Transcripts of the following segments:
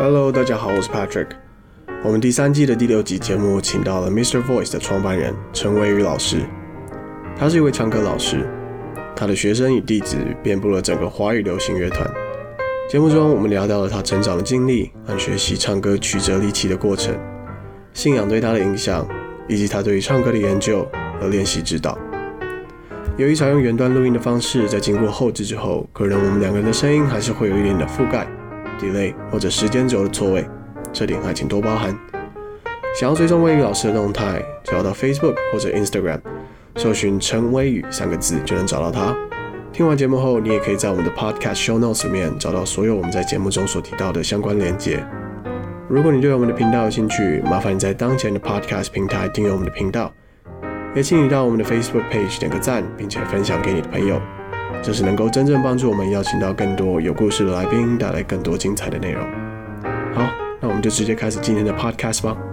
Hello， 大家好，我是 Patrick。我们第3季的第6集节目请到了 Mr. Voice 的创办人陈维宇老师。他是一位唱歌老师，他的学生与弟子遍布了整个华语流行乐团。节目中，我们聊到了他成长的经历和学习唱歌曲折离奇的过程，信仰对他的影响，以及他对于唱歌的研究和练习指导。由于采用远端录音的方式，在经过后制之后，可能我们两个人的声音还是会有一点的覆盖、delay 或者时间轴的错位，这点还请多包涵。想要追踪威宇老师的动态，只要到 Facebook 或者 Instagram 搜寻陈威宇3个字就能找到他。听完节目后，你也可以在我们的 Podcast Show Notes 里面找到所有我们在节目中所提到的相关连结。如果你对我们的频道有兴趣，麻烦你在当前的 Podcast 平台订阅我们的频道，也请你到我们的 Facebook Page 点个赞，并且分享给你的朋友，这是能够真正帮助我们邀请到更多有故事的来宾，带来更多精彩的内容。好，那我们就直接开始今天的 Podcast 吧。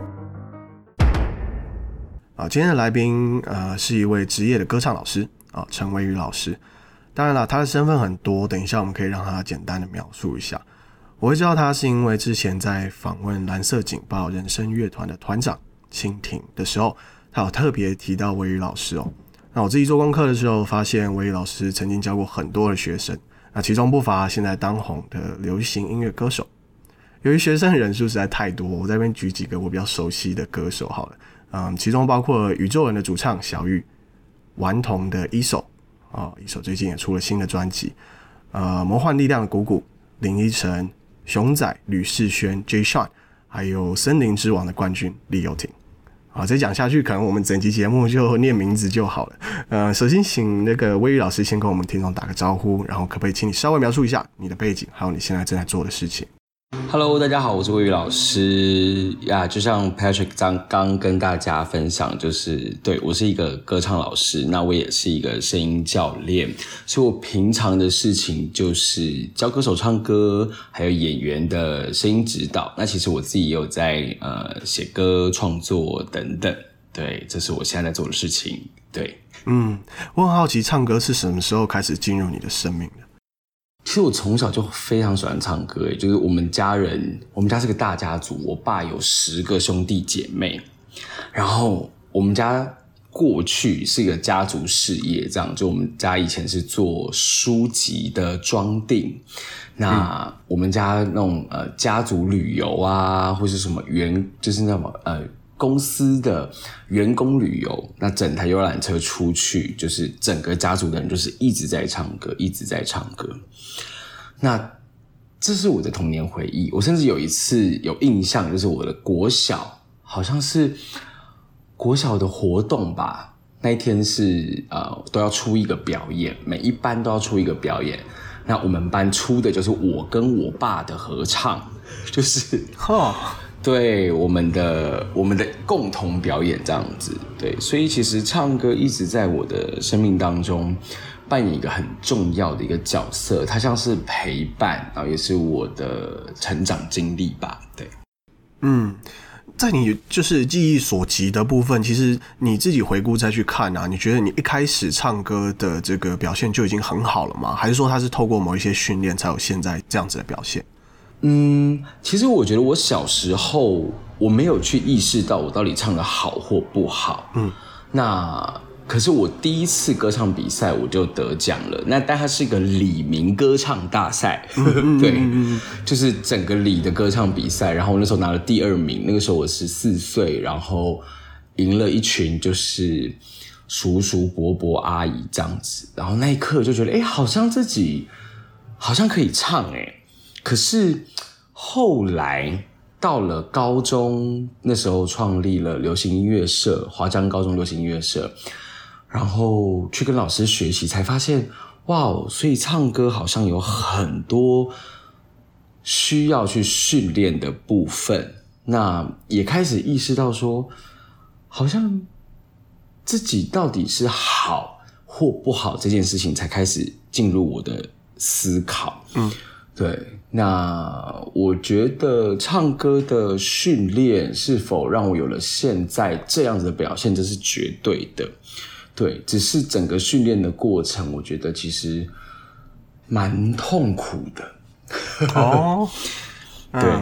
今天的来宾是一位职业的歌唱老师陈维宇老师。当然了，他的身份很多，等一下我们可以让他简单的描述一下。我会知道他是因为之前在访问蓝色警报人声乐团的团长蜻蜓的时候，他有特别提到维宇老师哦。那我自己做功课的时候，发现维宇老师曾经教过很多的学生，那其中不乏现在当红的流行音乐歌手。由于学生的人数实在太多，我在这边举几个我比较熟悉的歌手好了。其中包括宇宙人的主唱小玉，顽童的一手最近也出了新的专辑，魔幻力量的谷谷、林依晨、熊仔、吕世轩、Jay Sean， 还有森林之王的冠军李友廷。再讲下去，可能我们整集节目就念名字就好了。首先请那个威宇老师先跟我们听众打个招呼，然后可不可以请你稍微描述一下你的背景，还有你现在正在做的事情 ？Hello， 大家好，我是威宇老师呀。就像 Patrick 刚跟大家分享，就是对我是一个歌唱老师，那我也是一个声音教练，所以我平常的事情就是教歌手唱歌，还有演员的声音指导。那其实我自己也有在写歌、创作等等，对，这是我现在在做的事情。对， 我很好奇，唱歌是什么时候开始进入你的生命的？ 其实我从小就非常喜欢唱歌，就是我们家是个大家族，我爸有10个兄弟姐妹，然后我们家过去是一个家族事业，这样就我们家以前是做书籍的装订，那我们家那种家族旅游啊，或是什么就是那种公司的员工旅游，那整台游览车出去，就是整个家族的人就是一直在唱歌，一直在唱歌。那这是我的童年回忆。我甚至有一次有印象，就是我的国小，好像是国小的活动吧。那一天是都要出一个表演，每一班都要出一个表演。那我们班出的就是我跟我爸的合唱，就是对我们的共同表演这样子。对，所以其实唱歌一直在我的生命当中扮演一个很重要的一个角色，它像是陪伴，然后也是我的成长经历吧。对， 在你就是记忆所及的部分，其实你自己回顾再去看啊，你觉得你一开始唱歌的这个表现就已经很好了吗？还是说它是透过某一些训练才有现在这样子的表现？ 其实我觉得我小时候我没有去意识到我到底唱得好或不好。那可是我第一次歌唱比赛我就得奖了，但它是一个里民歌唱大赛，对，就是整个里的歌唱比赛，然后我那时候拿了第2名，那个时候我14岁，然后赢了一群就是叔叔伯伯阿姨这样子，然后那一刻就觉得好像自己好像可以唱可是后来到了高中，那时候创立了流行音乐社，华江高中流行音乐社，然后去跟老师学习，才发现哇，所以唱歌好像有很多需要去训练的部分。那也开始意识到说，好像自己到底是好或不好这件事情，才开始进入我的思考。对，那我觉得唱歌的训练是否让我有了现在这样子的表现，这是绝对的。对，只是整个训练的过程，我觉得其实蛮痛苦的。 对，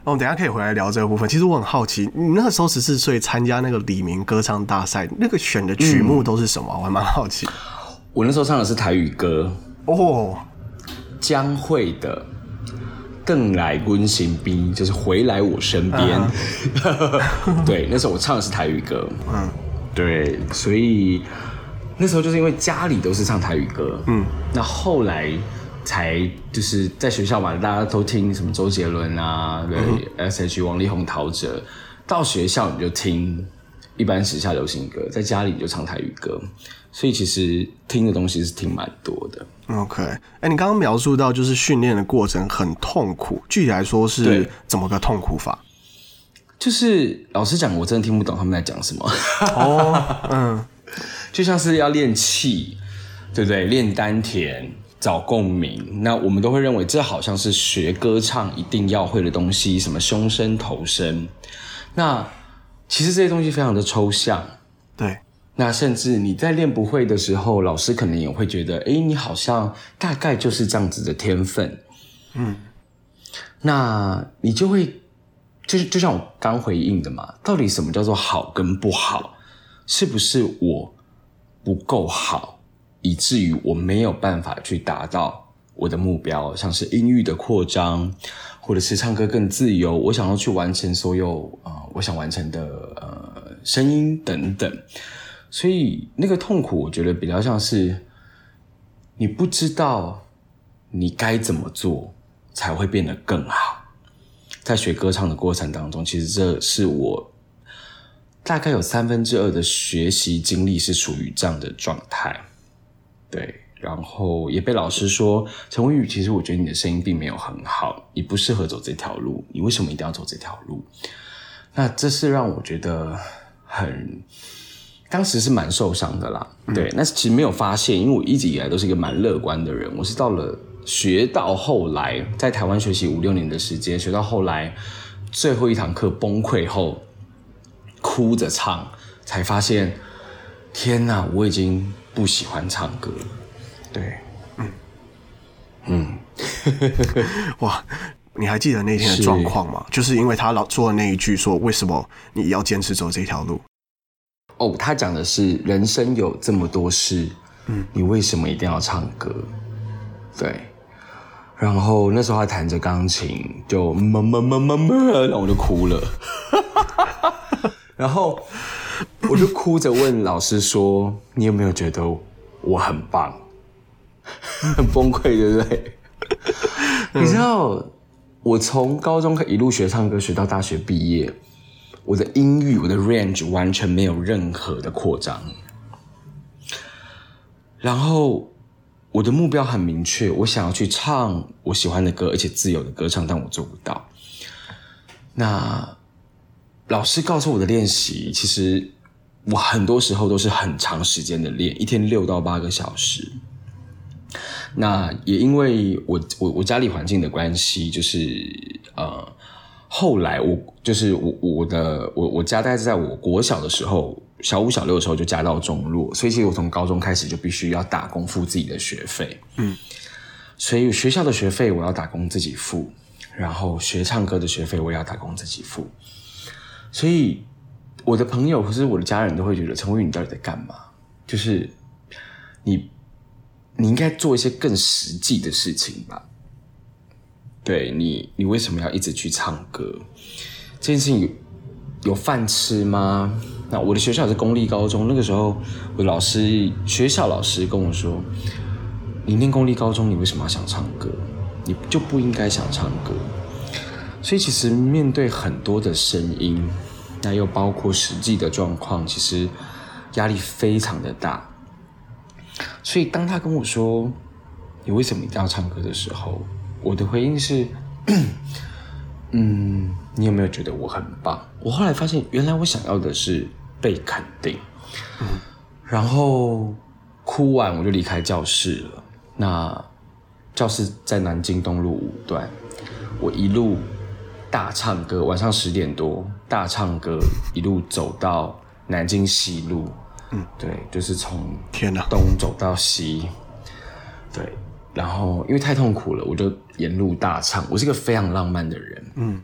我们等一下可以回来聊这个部分。其实我很好奇，你那个时候14岁参加那个李明歌唱大赛，那个选的曲目都是什么？我还蛮好奇。 我那时候唱的是台语歌哦， 江蕙的《邓来阮身边》，就是回来我身边。对，那时候我唱的是台语歌。对，所以那时候就是因为家里都是唱台语歌。那后来才就是在学校嘛，大家都听什么周杰伦啊，对，S.H.E、王力宏、陶喆。到学校你就听一般时下流行歌，在家里你就唱台语歌，所以其实听的东西是听蛮多的。 OK， 你刚刚描述到就是训练的过程很痛苦，具体来说是怎么个痛苦法？ 就是老实讲，我真的听不懂他们在讲什么。就像是要练气，对不对？练丹田。找共鸣，那我们都会认为这好像是学歌唱一定要会的东西，什么胸声、头声。那其实这些东西非常的抽象， 对。 那甚至你在练不会的时候，老师可能也会觉得，你好像大概就是这样子的天分。那你就会就像我刚回应的嘛，到底什么叫做好跟不好？是不是我不够好？以至于我没有办法去达到我的目标，像是音域的扩张，或者是唱歌更自由，我想要去完成所有我想完成的声音等等。所以那个痛苦，我觉得比较像是你不知道你该怎么做才会变得更好。在学歌唱的过程当中，其实这是我大概有2/3的学习经历是属于这样的状态。对，然后也被老师说，陈文宇，其实我觉得你的声音并没有很好，你不适合走这条路，你为什么一定要走这条路？那这是让我觉得当时是蛮受伤的啦。对，那其实没有发现，因为我一直以来都是一个蛮乐观的人，我是学到后来，在台湾学习5-6年的时间，学到后来最后一堂课崩溃后，哭着唱，才发现，天哪，我已经不喜欢唱歌了。对， 哇，你还记得那天的状况吗？就是因为他老说的那一句说，为什么你要坚持走这条路？ 他讲的是人生有这么多事，你为什么一定要唱歌？对，然后那时候他弹着钢琴，就然后我就哭了，然后我就哭着问老师说：“你有没有觉得我很棒？”很崩溃，对不对？你知道，我从高中一路学唱歌，学到大学毕业，我的音域，我的 range 完全没有任何的扩张。然后我的目标很明确，我想要去唱我喜欢的歌，而且自由的歌唱，但我做不到。那老师告诉我的练习，其实我很多时候都是很长时间的练，一天6到8个小时。那也因为我家里环境的关系，就是后来我家大概是在我国小的时候，小5、小6的时候就家道中落，所以其实我从高中开始就必须要打工付自己的学费。所以学校的学费我要打工自己付，然后学唱歌的学费我也要打工自己付。所以我的朋友或是我的家人都会觉得，陈文宇你到底在干嘛？就是你应该做一些更实际的事情吧。对，你为什么要一直去唱歌？这件事情有饭吃吗？那我的学校是公立高中，那个时候我的学校老师跟我说，你念公立高中，你为什么要想唱歌？你就不应该想唱歌。所以其实面对很多的声音，那又包括实际的状况，其实压力非常的大。所以当他跟我说你为什么一定要唱歌的时候，我的回应是你有没有觉得我很棒？我后来发现原来我想要的是被肯定。然后哭完我就离开教室了。那教室在南京东路5段，我一路大唱歌，晚上10点多大唱歌，一路走到南京西路。对，就是从东走到西。对，然后因为太痛苦了，我就沿路大唱。我是个非常浪漫的人。对，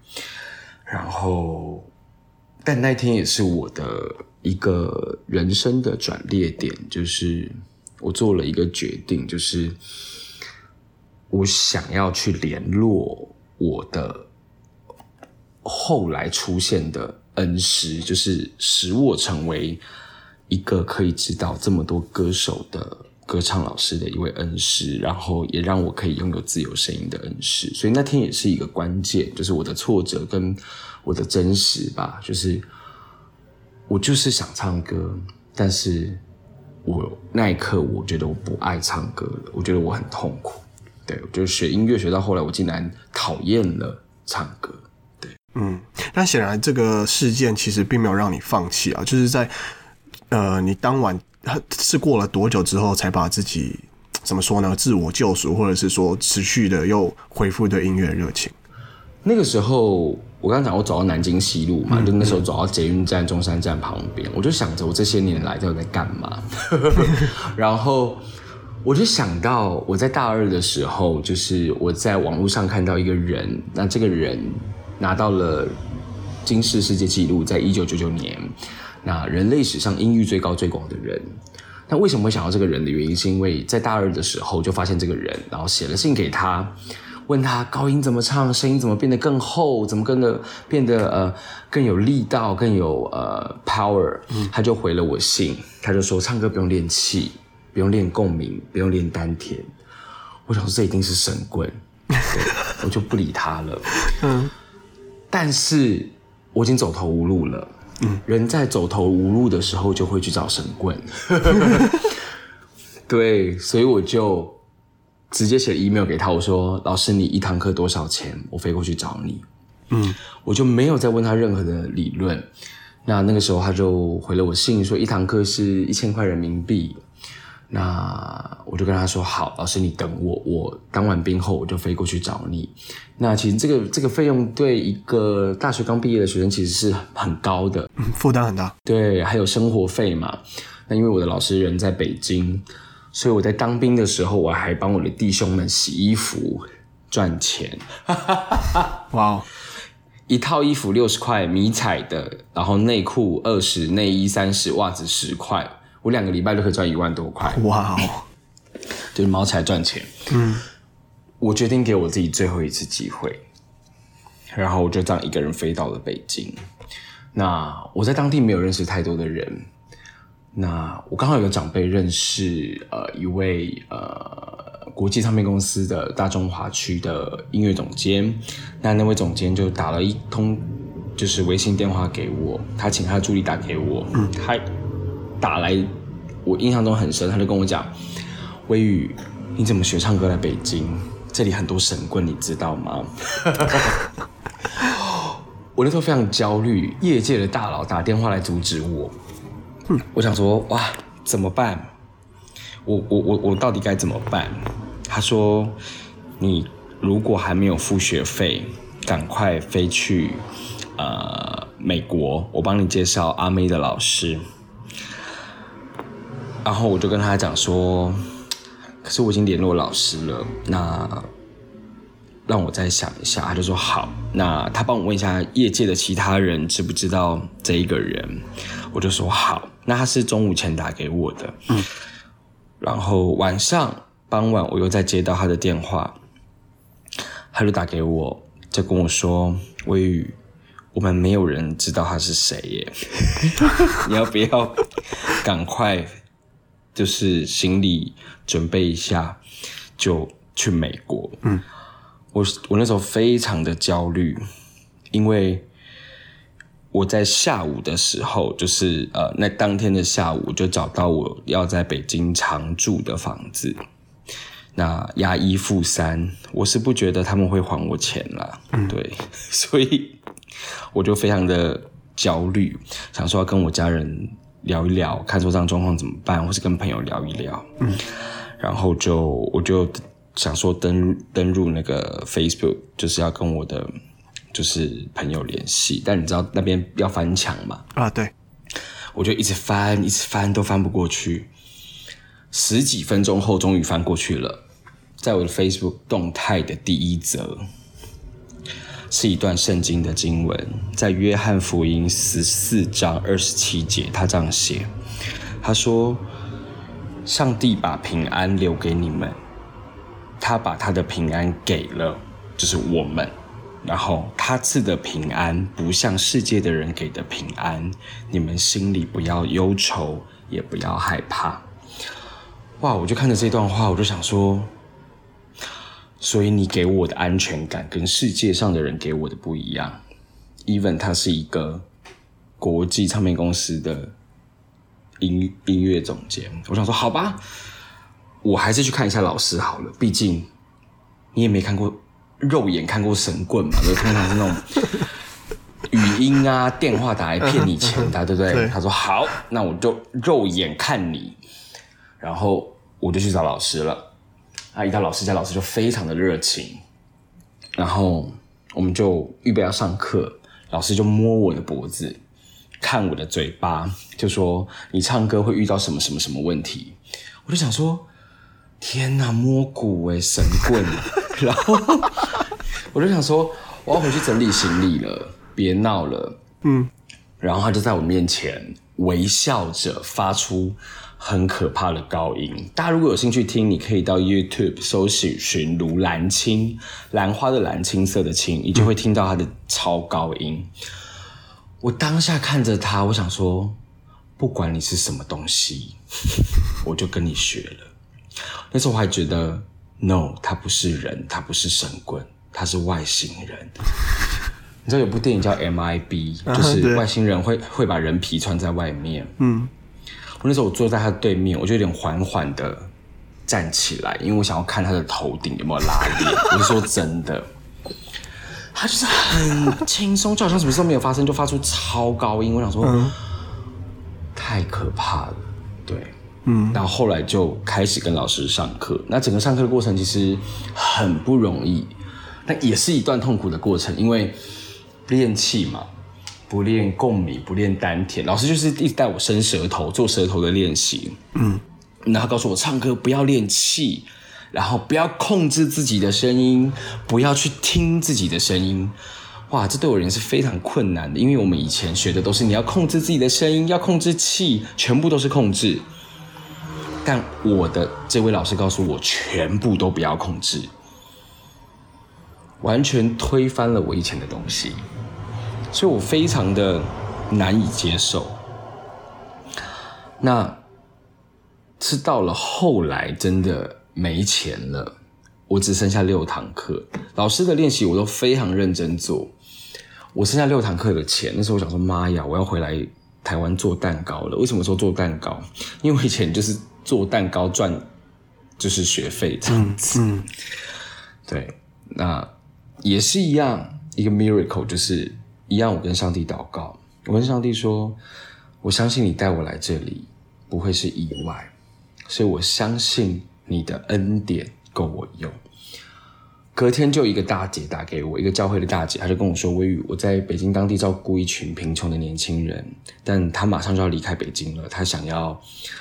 然后，但那天也是我的一个人生的转捩点，就是我做了一个决定，就是我想要去联络我的后来出现的恩师，就是使我成为一个可以指导这么多歌手的歌唱老师的一位恩师，然后也让我可以拥有自由声音的恩师。所以那天也是一个关键，就是我的挫折跟我的真实吧，就是我就是想唱歌，但是我那一刻我觉得我不爱唱歌了，我觉得我很痛苦。对，我觉得学音乐学到后来，我竟然讨厌了唱歌。对， 但显然这个事件其实并没有让你放弃啊，就是在你当晚是过了多久之后才把自己怎么说呢，自我救赎，或者是说持续的又恢复对音乐热情？ 那个时候我刚刚讲我走到南京西路嘛，就那时候走到捷运站中山站旁边，我就想着我这些年来到底在干嘛然后我就想到我在大二的时候，就是我在网络上看到一个人，那这个人拿到了金氏世界纪录，在1999年，那人类史上音域最高最广的人。那为什么会想到这个人的原因，是因为在大二的时候就发现这个人，然后写了信给他，问他高音怎么唱，声音怎么变得更厚，怎么变得更有力道，更有power。他就回了我信，他就说唱歌不用练气，不用练共鸣，不用练丹田。我想说这一定是神棍，对，我就不理他了。但是我已经走投无路了。人在走投无路的时候就会去找神棍对，所以我就直接写 email 给他，我说老师你一堂课多少钱，我飞过去找你。我就没有再问他任何的理论。那个时候他就回了我信说一堂课是1000块人民币。那我就跟他说好，老师你等我，我当完兵后我就飞过去找你。那其实这个费用对一个大学刚毕业的学生其实是很高的， 负担很大。 对，还有生活费嘛。那因为我的老师人在北京，所以我在当兵的时候我还帮我的弟兄们洗衣服赚钱哇哦， 一套衣服60块迷彩的，然后内裤20，内衣30，袜子10块，我2个礼拜就可以赚1万多块。 哇哦， 就是毛起来赚钱。我决定给我自己最后一次机会，然后我就这样一个人飞到了北京。那我在当地没有认识太多的人，那我刚好有个长辈认识一位国际唱片公司的大中华区的音乐总监，那位总监就打了一通就是微信电话给我，他请他的助理打给我，他打来我印象中很深，他就跟我讲，微宇你怎么学唱歌来北京，这里很多神棍你知道吗我那时候非常焦虑，业界的大佬打电话来阻止我，我想说哇怎么办，我到底该怎么办？他说你如果还没有付学费，赶快飞去美国，我帮你介绍阿妹的老师。然后我就跟他讲说，可是我已经联络老师了，那让我再想一下。他就说好，那他帮我问一下业界的其他人知不知道这一个人。我就说好，那他是中午前打给我的，然后傍晚我又再接到他的电话，他就打给我，就跟我说微宇，我们没有人知道他是谁耶你要不要赶快就是行李准备一下就去美国。我那时候非常的焦虑，因为我在下午的时候，就是那当天的下午就找到我要在北京常住的房子，那押1付3，我是不觉得他们会还我钱啦，对，所以我就非常的焦虑，想说要跟我家人聊一聊，看说这样状况怎么办，或是跟朋友聊一聊。然后我就想说登入那个 Facebook， 就是要跟我的就是朋友联系，但你知道那边要翻墙嘛？ 对， 我就一直翻都翻不过去，10几分钟后终于翻过去了，在我的 Facebook 动态的第一则， 是一段圣经的经文，在约翰福音14章27节，他这样写，他说：上帝把平安留给你们，他把他的平安给了，就是我们，然后他赐的平安不像世界的人给的平安，你们心里不要忧愁，也不要害怕。哇，我就看着这段话，我就想说，所以你给我的安全感跟世界上的人给我的不一样。Even 他是一个国际唱片公司的音乐总监，我想说好吧，我还是去看一下老师好了，毕竟你也没看过肉眼看过神棍嘛，就通常是那种语音啊电话打来骗你钱的，对不对？ 对， 他说好，那我就肉眼看你，然后我就去找老师了。一到老师家，老师就非常的热情，然后我们就预备要上课，老师就摸我的脖子，看我的嘴巴，就说你唱歌会遇到什么什么什么问题。我就想说，天哪，摸骨耶，神棍！然后我就想说，我要回去整理行李了，别闹了。然后他就在我面前微笑着发出很可怕的高音。大家如果有兴趣听，你可以到 YouTube 搜寻卢兰青，兰花的兰，青色的青，你就会听到他的超高音。我当下看着他，我想说，不管你是什么东西，我就跟你学了。那时候我还觉得 No， 他不是人，他不是神棍，他是外星人。你知道有部电影叫 MIB， 就是外星人会把人皮穿在外面。我那时候我坐在他的对面，我就有点缓缓的站起来，因为我想要看他的头顶有没有拉链。我是说真的，他就是很轻松，就好像什么事都没有发生，就发出超高音。我想说，太可怕了，对。然后后来就开始跟老师上课，那整个上课的过程其实很不容易，那也是一段痛苦的过程，因为练气嘛，不练共鸣，不练丹田，老师就是一直带我伸舌头，做舌头的练习。然后告诉我唱歌不要练气，然后不要控制自己的声音，不要去听自己的声音。哇，这对我而言是非常困难的，因为我们以前学的都是你要控制自己的声音，要控制气，全部都是控制。但我的这位老师告诉我，全部都不要控制，完全推翻了我以前的东西，所以我非常的难以接受。那是到了后来真的没钱了，我只剩下6堂课，老师的练习我都非常认真做，我剩下6堂课的钱，那时候我想说，妈呀，我要回来台湾做蛋糕了。为什么说做蛋糕？因为我以前就是做蛋糕赚就是学费这样子。对，那也是一样，一个 miracle， 就是一样，我跟上帝祷告，我跟上帝说，我相信你带我来这里不会是意外，所以我相信你的恩典够我用。隔天就一个大姐打给我，一个教会的大姐，她就跟我说，微宇，我在北京当地照顾一群贫穷的年轻人，但她马上就要离开北京了，她想要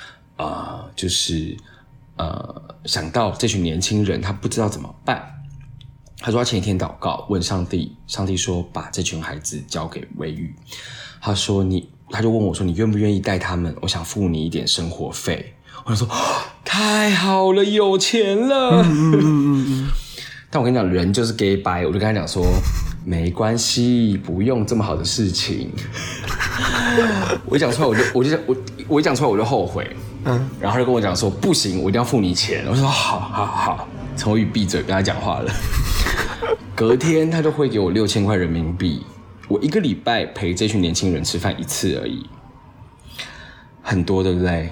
想到这群年轻人，她不知道怎么办。她说她前一天祷告问上帝，上帝说把这群孩子交给微宇。她说她就问我说，你愿不愿意带他们？我想付你一点生活费。我就说太好了，有钱了。但我跟你讲，人就是 gay bye， 我就跟他讲说，没关系，不用这么好的事情。我一讲出来我一讲出来我就后悔。然后他就跟我讲说，不行，我一定要付你钱。我说好，陈伟宇闭嘴，不要讲话了。隔天他就汇给我6000块人民币，我1个礼拜陪这群年轻人吃饭1次而已，很多对不对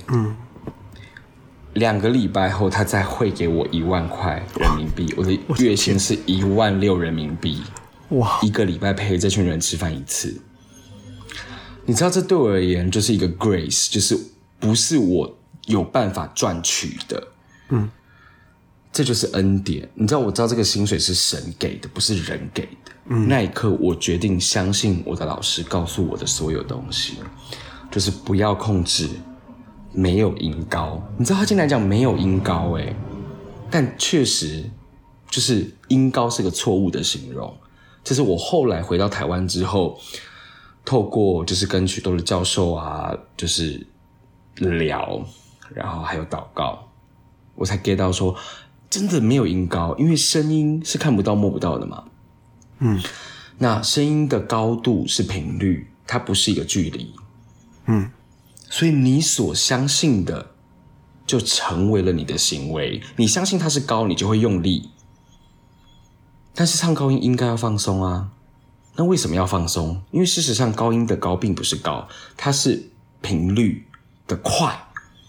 ？2个礼拜后，他再汇给我1万块人民币，我的月薪是16000人民币。哇！1个礼拜陪这群人吃饭1次，你知道这对我而言就是一个 grace， 就是不是我有办法赚取的，这就是恩典。你知道，我知道这个薪水是神给的，不是人给的。那一刻，我决定相信我的老师告诉我的所有东西，就是不要控制。没有音高，你知道他竟然讲没有音高但确实就是音高是个错误的形容， 这是我后来回到台湾之后，透过就是跟许多的教授啊，就是聊，然后还有祷告，我才 get 到说，真的没有音高，因为声音是看不到摸不到的嘛。那声音的高度是频率，它不是一个距离。所以你所相信的就成为了你的行为。你相信它是高，你就会用力。但是唱高音应该要放松啊。那为什么要放松？因为事实上高音的高并不是高，它是频率的快。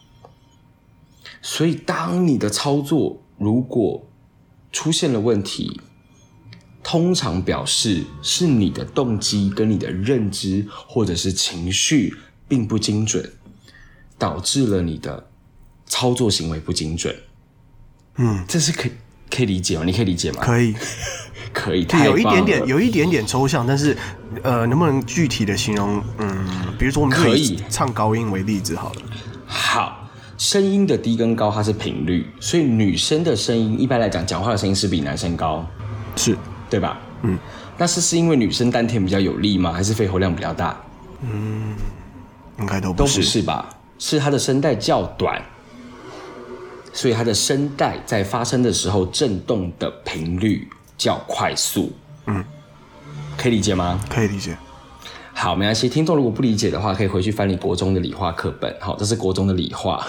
所以当你的操作如果出现了问题，通常表示是你的动机跟你的认知或者是情绪并不精准，导致了你的操作行为不精准。这是可以理解吗？你可以理解吗？ 可以， 可以，太棒了。 有一点点抽象，但是能不能具体的形容？比如说我们可以唱高音为例子好了。好， 声音的低跟高它是频率，所以女生的声音一般来讲，讲话的声音是比男生高， 是对吧？那是因为女生丹田比较有力吗？还是肺活量比较大？ 应该都不是吧？是她的声带较短，所以她的声带在发声的时候震动的频率较快速。可以理解吗？ 可以理解。 好，没关系。听众如果不理解的话，可以回去翻你国中的理化课本。好，这是国中的理化。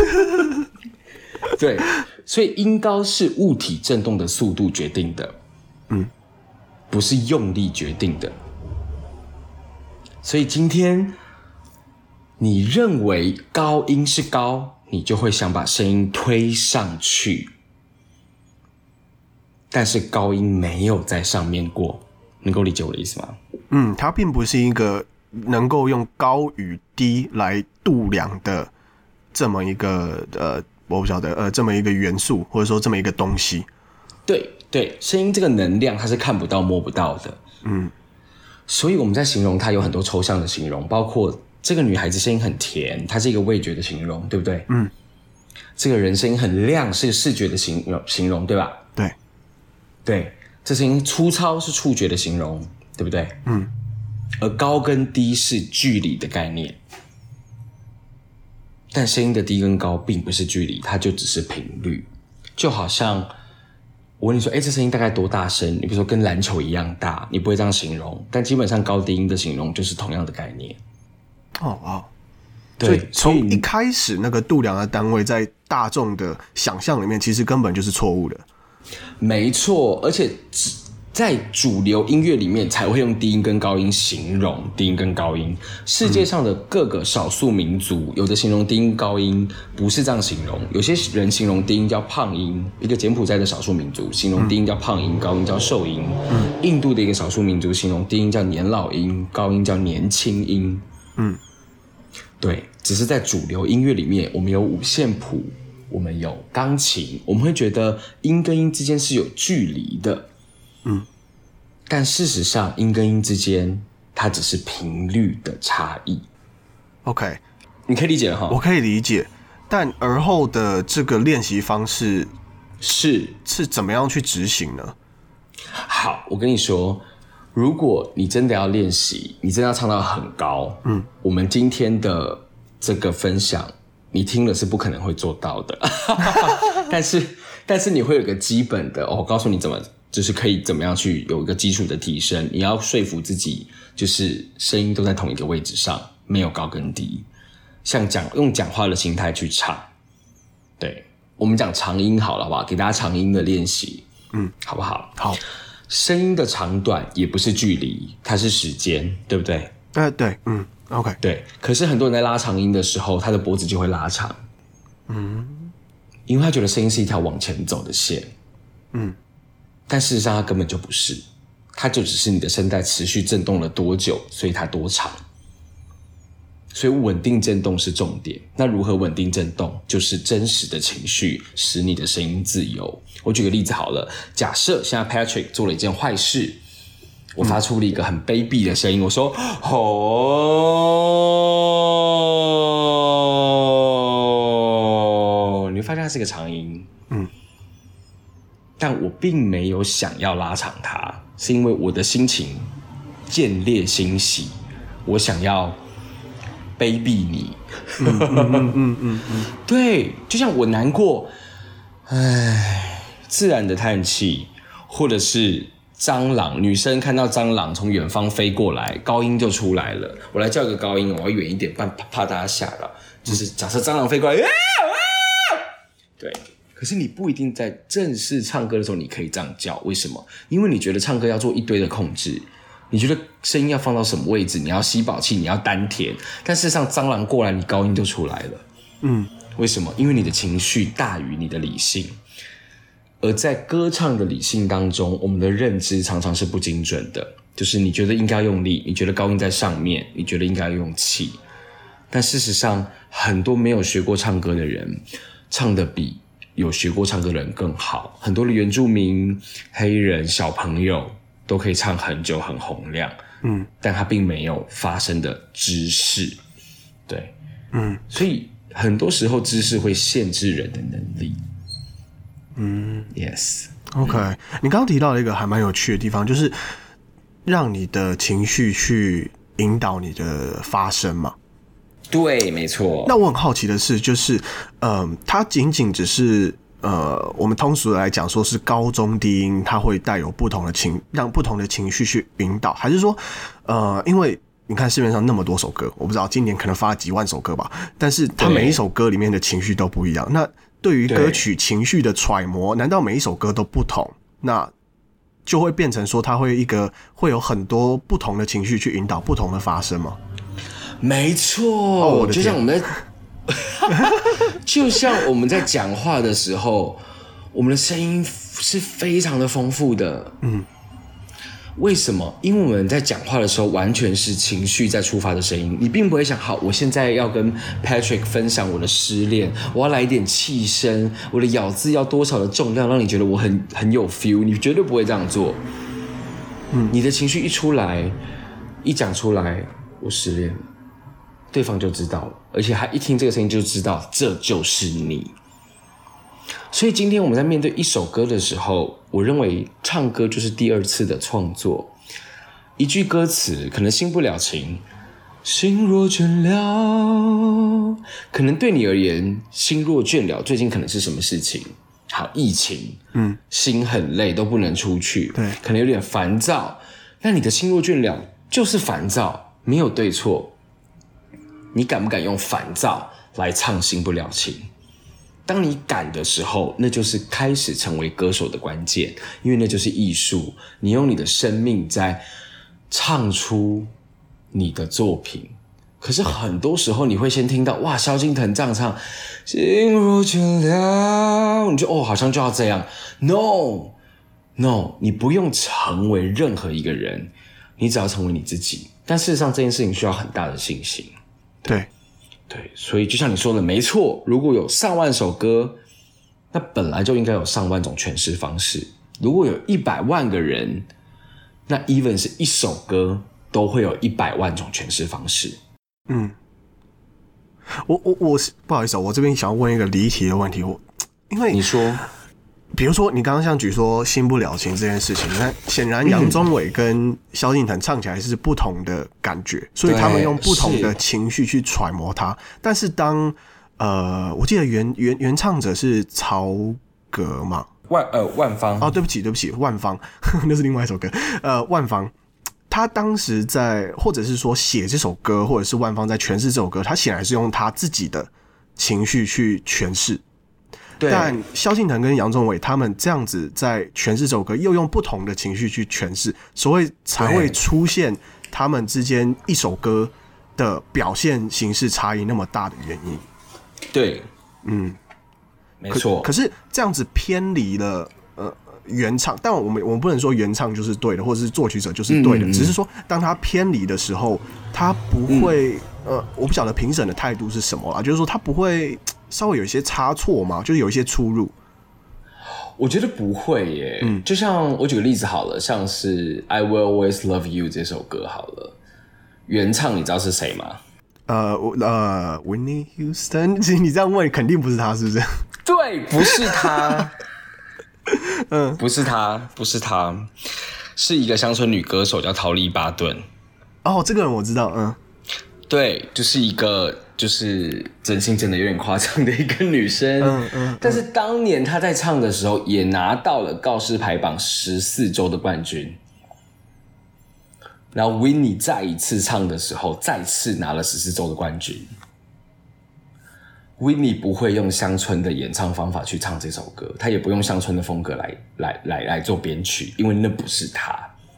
对，所以音高是物体震动的速度决定的，不是用力决定的。所以今天你认为高音是高，你就会想把声音推上去，但是高音没有在上面过，能够理解我的意思吗？ 它并不是一个能够用高与低来度量的这么一个我不晓得这么一个元素，或者说这么一个东西。 对，声音这个能量它是看不到摸不到的。所以我们在形容它有很多抽象的形容，包括这个女孩子声音很甜，它是一个味觉的形容，对不对？这个人声音很亮，是个视觉的形容，对吧？对，这声音粗糙是触觉的形容，对不对？而高跟低是距离的概念，但声音的低跟高并不是距离，它就只是频率。就好像我问你说，这声音大概多大声？你比如说跟篮球一样大，你不会这样形容，但基本上高低音的形容就是同样的概念。 对，所以从一开始那个度量的单位在大众的想象里面其实根本就是错误的。 没错，而且在主流音乐里面才会用低音跟高音形容低音跟高音。世界上的各个少数民族，有的形容低音高音不是这样形容，有些人形容低音叫胖音，一个柬埔寨的少数民族形容低音叫胖音，高音叫瘦音。印度的一个少数民族形容低音叫年老音，高音叫年轻音。对，只是在主流音乐里面，我们有五线谱，我们有钢琴，我们会觉得音跟音之间是有距离的。但事实上音跟音之间它只是频率的差异。 OK， 你可以理解了哈？ 我可以理解，但而后的这个练习方式是怎么样去执行呢？ 好，我跟你说，如果你真的要练习，你真的要唱到很高，我们今天的这个分享你听了是不可能会做到的。但是你会有一个基本的，我告诉你怎么就是可以怎么样去有一个基础的提升。你要说服自己，就是声音都在同一个位置上，没有高跟低，像用讲话的心态去唱。对，我们讲长音好了，好不好？给大家长音的练习，好不好？ 好。 声音的长短也不是距离，它是时间，对不对？ 对，OK。 对，可是很多人在拉长音的时候，他的脖子就会拉长，因为他觉得声音是一条往前走的线，但事实上它根本就不是，它就只是你的声带持续震动了多久，所以它多长。所以稳定震动是重点。那如何稳定震动？就是真实的情绪使你的声音自由。我举个例子好了，假设现在 Patrick 做了一件坏事，我发出了一个很卑鄙的声音，我说你会发现它是个长音，但我并没有想要拉长它， 是因为我的心情见猎欣喜，我想要卑鄙你。对，就像我难过，自然的叹气，或者是蟑螂，女生看到蟑螂从远方飞过来，高音就出来了。我来叫一个高音，我要远一点，怕大家吓到。就是假设蟑螂飞过来，对。可是你不一定在正式唱歌的时候你可以这样叫，为什么？因为你觉得唱歌要做一堆的控制，你觉得声音要放到什么位置，你要吸饱气，你要丹田，但事实上蟑螂过来，你高音就出来了。为什么？因为你的情绪大于你的理性。而在歌唱的理性当中，我们的认知常常是不精准的，就是你觉得应该用力，你觉得高音在上面，你觉得应该用气，但事实上很多没有学过唱歌的人唱得比有学过唱歌的人更好，很多的原住民、黑人、小朋友都可以唱很久很洪亮，但他并没有发声的知识，对，所以很多时候知识会限制人的能力。Yes， OK， 你刚刚提到了一个还蛮有趣的地方，就是让你的情绪去引导你的发声嘛。 对，没错。 那我很好奇的是，就是它仅仅只是我们通俗的来讲，说是高中低音，它会带有不同的让不同的情绪去引导，还是说因为你看市面上那么多首歌，我不知道今年可能发了几万首歌吧，但是它每一首歌里面的情绪都不一样。那对于歌曲情绪的揣摩，难道每一首歌都不同？那就会变成说，它会有很多不同的情绪去引导不同的发声吗？ 没错，就像我们在讲话的时候，我们的声音是非常的丰富的。为什么？因为我们在讲话的时候，完全是情绪在触发的声音。你并不会想，好，我现在要跟 Patrick 分享我的失恋，我要来一点气声，我的咬字要多少的重量，让你觉得我很有 feel。你绝对不会这样做。你的情绪一出来，一讲出来，我失恋了，对方就知道了，而且他一听这个声音就知道这就是你。所以今天我们在面对一首歌的时候，我认为唱歌就是第二次的创作。一句歌词可能心不了情，心若倦了，可能对你而言心若倦了最近可能是什么事情？好，疫情，心很累都不能出去， 对， 可能有点烦躁。那你的心若倦了就是烦躁，没有对错。你敢不敢用烦躁来唱心不了情？当你敢的时候，那就是开始成为歌手的关键，因为那就是艺术。你用你的生命在唱出你的作品。可是很多时候你会先听到，哇，萧敬腾这样唱，心若倦了，你就好像就要这样。No， 你不用成为任何一个人，你只要成为你自己。但事实上这件事情需要很大的信心。对，所以就像你说的，没错，如果有上万首歌，那本来就应该有上万种诠释方式。如果有100万个人，那 even 是一首歌都会有100万种诠释方式。 我不好意思，我这边想要问一个离题的问题，因为你说， 比如说你刚刚像举说心不了情这件事情，你看显然杨宗纬跟萧敬腾唱起来是不同的感觉，所以他们用不同的情绪去揣摩它。但是当我记得原唱者是曹格嘛， 万芳对不起，万芳那是另外一首歌，万芳。他当时在，或者是说写这首歌，或者是万芳在诠释这首歌，他显然是用他自己的情绪去诠释。但萧敬腾跟杨宗纬他们这样子在诠释这首歌，又用不同的情绪去诠释，所以才会出现他们之间一首歌的表现形式差异那么大的原因。 对，没错。 可是这样子偏离了原唱，但我们不能说原唱就是对的，或者是作曲者就是对的，只是说当他偏离的时候，他不会我不晓得评审的态度是什么啦，就是说他不会稍微有一些差错吗？就是有一些出入？ 我觉得不会耶。就像我举个例子好了，像是《I Will Always Love You》这首歌好了，原唱你知道是谁吗 ？Whitney Houston， 其实你这样问肯定不是他，是不是？ 对，不是他。不是他。 是一个乡村女歌手叫陶丽巴顿。 哦，这个人我知道， 对，就是一个就是整形整的有点夸张的一个女生，但是当年她在唱的时候也拿到了告示牌榜14周的冠军。然后 Whitney 再一次唱的时候，再次拿了14周的冠军。Whitney 不会用乡村的演唱方法去唱这首歌，他也不用乡村的风格来做编曲，因为那不是他。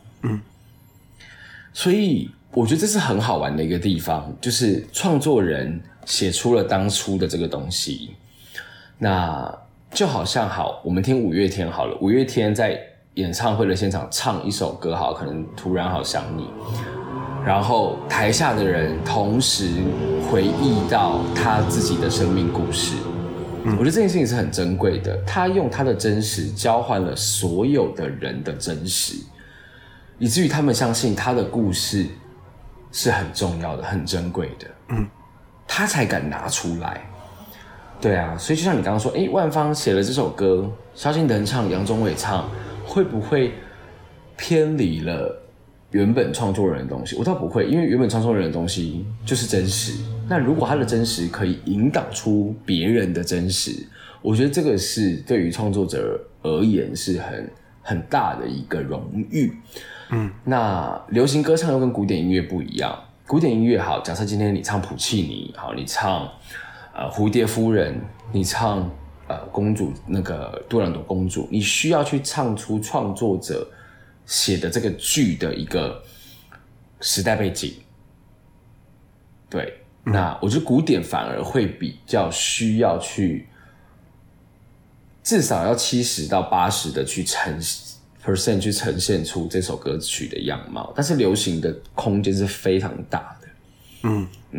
所以我觉得这是很好玩的一个地方，就是创作人写出了当初的这个东西。那就好像我们听五月天好了，五月天在演唱会的现场唱一首歌可能突然好想你，然后台下的人同时回忆到他自己的生命故事。我觉得这件事情是很珍贵的，他用他的真实交换了所有的人的真实，以至于他们相信他的故事是很重要的、很珍贵的，他才敢拿出来。对啊，所以就像你刚刚说，万芳写了这首歌，萧敬腾唱，杨宗纬唱，会不会偏离了原本创作人的东西？我倒不会，因为原本创作人的东西就是真实。那如果他的真实可以引导出别人的真实，我觉得这个是对于创作者而言是很大的一个荣誉。那流行歌唱又跟古典音乐不一样。古典音乐好，假设今天你唱普契尼，好，你唱蝴蝶夫人，你唱公主那个杜兰朵公主，你需要去唱出创作者写的这个剧的一个时代背景。对，那我觉得古典反而会比较需要去至少要70到80的去%去呈现出这首歌曲的样貌，但是流行的空间是非常大的。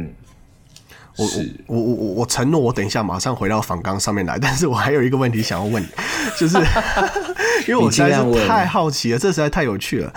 我承诺我等一下马上回到访纲上面来，但是我还有一个问题想要问你，就是因为我实在是太好奇了，这实在太有趣了。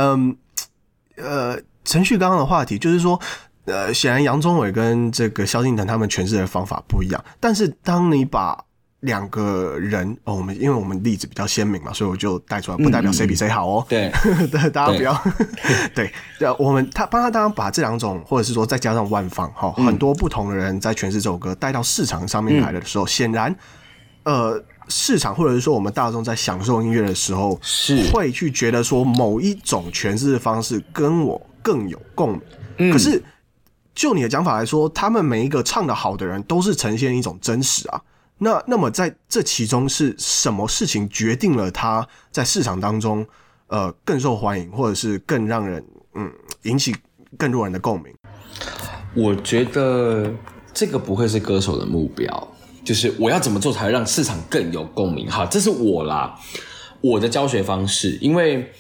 程序刚刚的话题就是说，显然杨宗纬跟这个萧敬腾他们诠释的方法不一样，但是当你把两个人因为我们例子比较鲜明嘛，所以我就带出来，不代表谁比谁好哦。 对， 大家不要对，他帮他当然把这两种，或者是说再加上万芳很多不同的人在诠释这首歌带到市场上面来的时候，显然市场或者是说我们大众在享受音乐的时候，是会去觉得说某一种诠释的方式跟我更有共鸣。可是就你的讲法来说，他们每一个唱得好的人都是呈现一种真实啊。那么在这其中是什么事情决定了他在市场当中更受欢迎，或者是更让人引起更多人的共鸣？ 我觉得这个不会是歌手的目标，就是我要怎么做才会让市场更有共鸣。好，这是我啦，我的教学方式，因为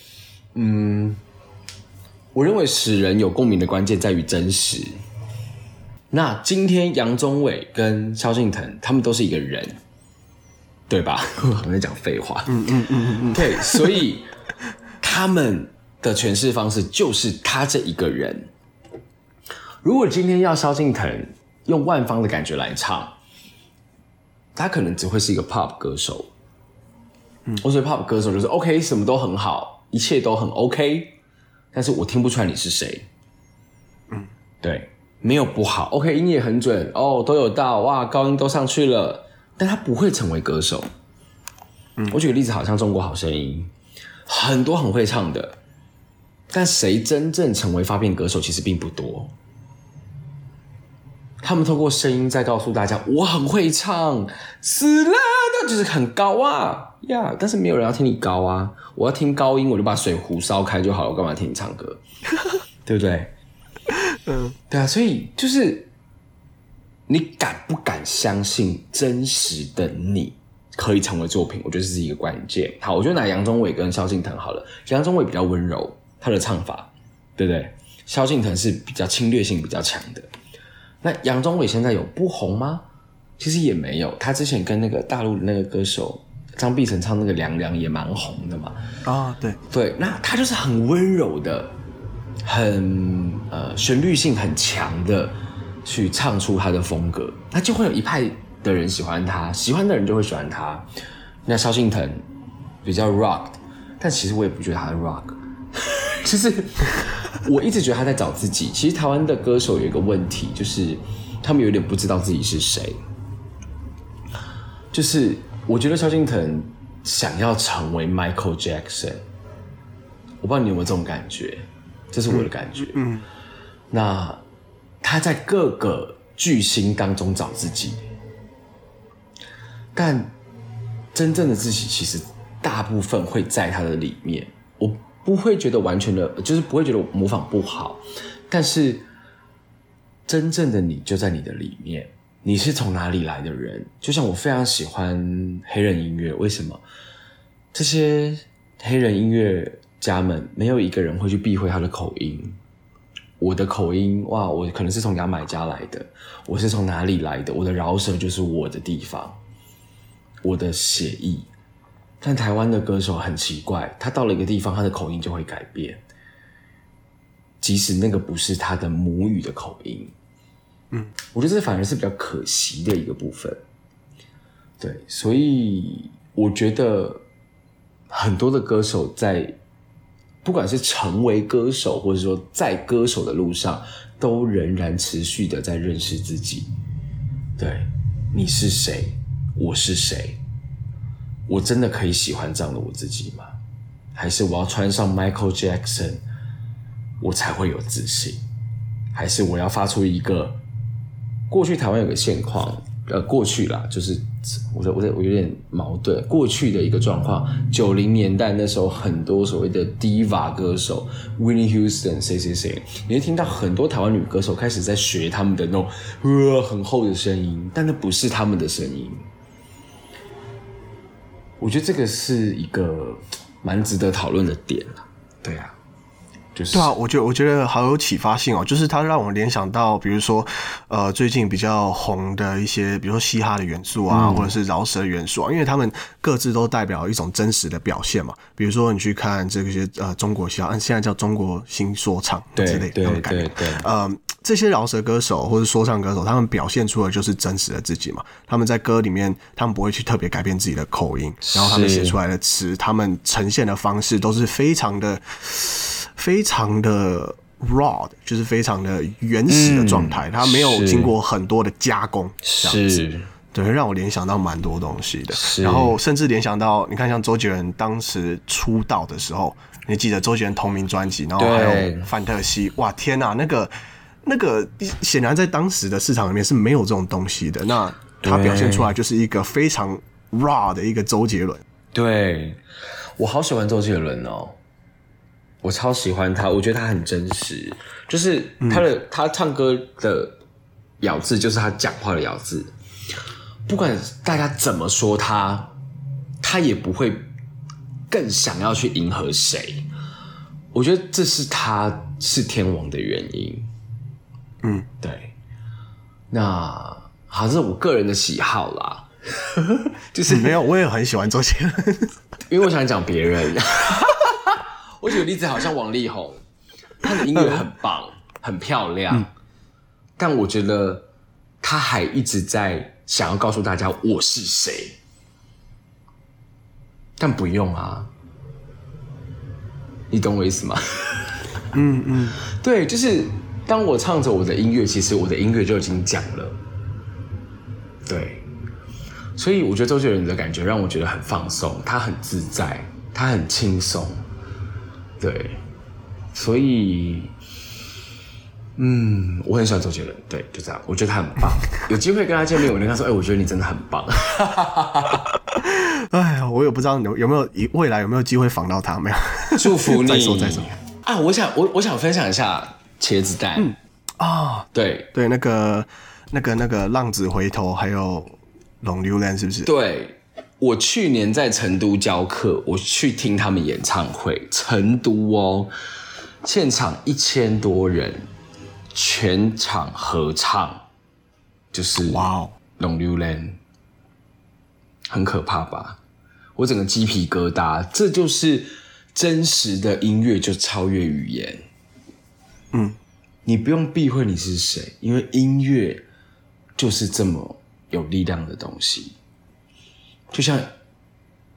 我认为使人有共鸣的关键在于真实。那今天杨宗纬跟萧敬腾他们都是一个人，对吧？我在讲废话。对，所以他们的诠释方式就是他这一个人。如果今天要萧敬腾用万芳的感觉来唱，他可能只会是一个 pop 歌手。我觉得 pop 歌手就是 OK， 什么都很好，一切都很 OK， 但是我听不出来你是谁。对。没有不好 ，OK， 音也很准哦，都有到，哇，高音都上去了，但他不会成为歌手。我举个例子，好像中国好声音，很多很会唱的，但谁真正成为发片歌手其实并不多。他们透过声音在告诉大家，我很会唱，死了，那就是很高啊呀，但是没有人要听你高啊，我要听高音，我就把水壶烧开就好了，我干嘛听你唱歌？对不对？对啊，所以就是你敢不敢相信真实的你可以成为作品，我觉得这是一个关键。好，我就拿杨宗纬跟萧敬腾好了，杨宗纬比较温柔，他的唱法，对不对？萧敬腾是比较侵略性比较强的。那杨宗纬现在有不红吗？其实也没有，他之前跟那个大陆的那个歌手张碧晨唱那个凉凉也蛮红的嘛。对，那他就是很温柔的，很旋律性很强的去唱出他的风格，那就会有一派的人喜欢他，喜欢的人就会喜欢他。那萧敬腾比较 rock， 但其实我也不觉得他是 rock， 就是我一直觉得他在找自己。其实台湾的歌手有一个问题，就是他们有点不知道自己是谁。就是我觉得萧敬腾想要成为 Michael Jackson， 我不知道你有没有这种感觉，这是我的感觉。那他在各个巨星当中找自己，但真正的自己其实大部分会在他的里面。我不会觉得完全的，就是不会觉得模仿不好，但是真正的你就在你的里面。你是从哪里来的人？就像我非常喜欢黑人音乐，为什么？这些黑人音乐家们没有一个人会去避讳他的口音。我的口音，哇，我可能是从牙买加来的，我是从哪里来的？我的饶舌就是我的地方，我的血液。但台湾的歌手很奇怪，他到了一个地方，他的口音就会改变，即使那个不是他的母语的口音。我觉得这反而是比较可惜的一个部分。对，所以我觉得很多的歌手在不管是成为歌手，或者说在歌手的路上，都仍然持续的在认识自己。对，你是谁？我是谁？我真的可以喜欢这样的我自己吗？还是我要穿上 Michael Jackson 我才会有自信？还是我要发出一个过去台湾有个现况，过去啦，就是我有点矛盾。过去的一个状况，90年代那时候很多所谓的 diva 歌手 ，Whitney Houston 谁，你会听到很多台湾女歌手开始在学他们的那种很厚的声音，但那不是他们的声音。我觉得这个是一个蛮值得讨论的点啦。对啊。就是对啊，我觉得好有启发性哦，就是它让我联想到，比如说，最近比较红的一些，比如说嘻哈的元素啊，或者是饶舌的元素啊，因为他们各自都代表一种真实的表现嘛。比如说你去看这些中国嘻哈，现在叫中国新说唱之类的，他们改名。这些饶舌歌手或者说唱歌手，他们表现出的就是真实的自己嘛。他们在歌里面，他们不会去特别改变自己的口音，然后他们写出来的词，他们呈现的方式都是非常的 raw 的，就是非常的原始的状态，它没有经过很多的加工，这样子。对，让我联想到蛮多东西的，然后甚至联想到，你看像周杰伦当时出道的时候，你记得周杰伦同名专辑，然后还有范特西，哇天哪，那个显然在当时的市场里面是没有这种东西的，那他表现出来就是一个非常 raw 的一个周杰伦。 对，我好喜欢周杰伦哦。我超喜欢他，我觉得他很真实，就是他唱歌的咬字就是他讲话的咬字，不管大家怎么说他也不会更想要去迎合谁。我觉得这是他是天王的原因。对。那好，这是我个人的喜好啦。就是没有，我也很喜欢周杰伦， 因为我想讲别人。我举个例子，好像王力宏，他的音乐很棒，很漂亮，但我觉得他还一直在想要告诉大家我是谁，但不用啊，你懂我意思吗？对，就是当我唱着我的音乐，其实我的音乐就已经讲了，对，所以我觉得周杰伦的感觉让我觉得很放松，他很自在，他很轻松。对，所以，我很喜欢周杰伦，对，就这样，我觉得他很棒。有机会跟他见面，我跟他说，我觉得你真的很棒。 哎呀，我也不知道有没有未来有没有机会访到他，没有？ 祝福你。 再说啊！我想分享一下茄子蛋。对， 那个浪子回头，还有龙溜兰，是不是？ 对。我去年在成都教课，我去听他们演唱会，成都哦，现场1000多人，全场合唱，就是龙溜兰，很可怕吧？我整个鸡皮疙瘩，这就是真实的音乐就超越语言。你不用避讳你是谁，因为音乐就是这么有力量的东西。就像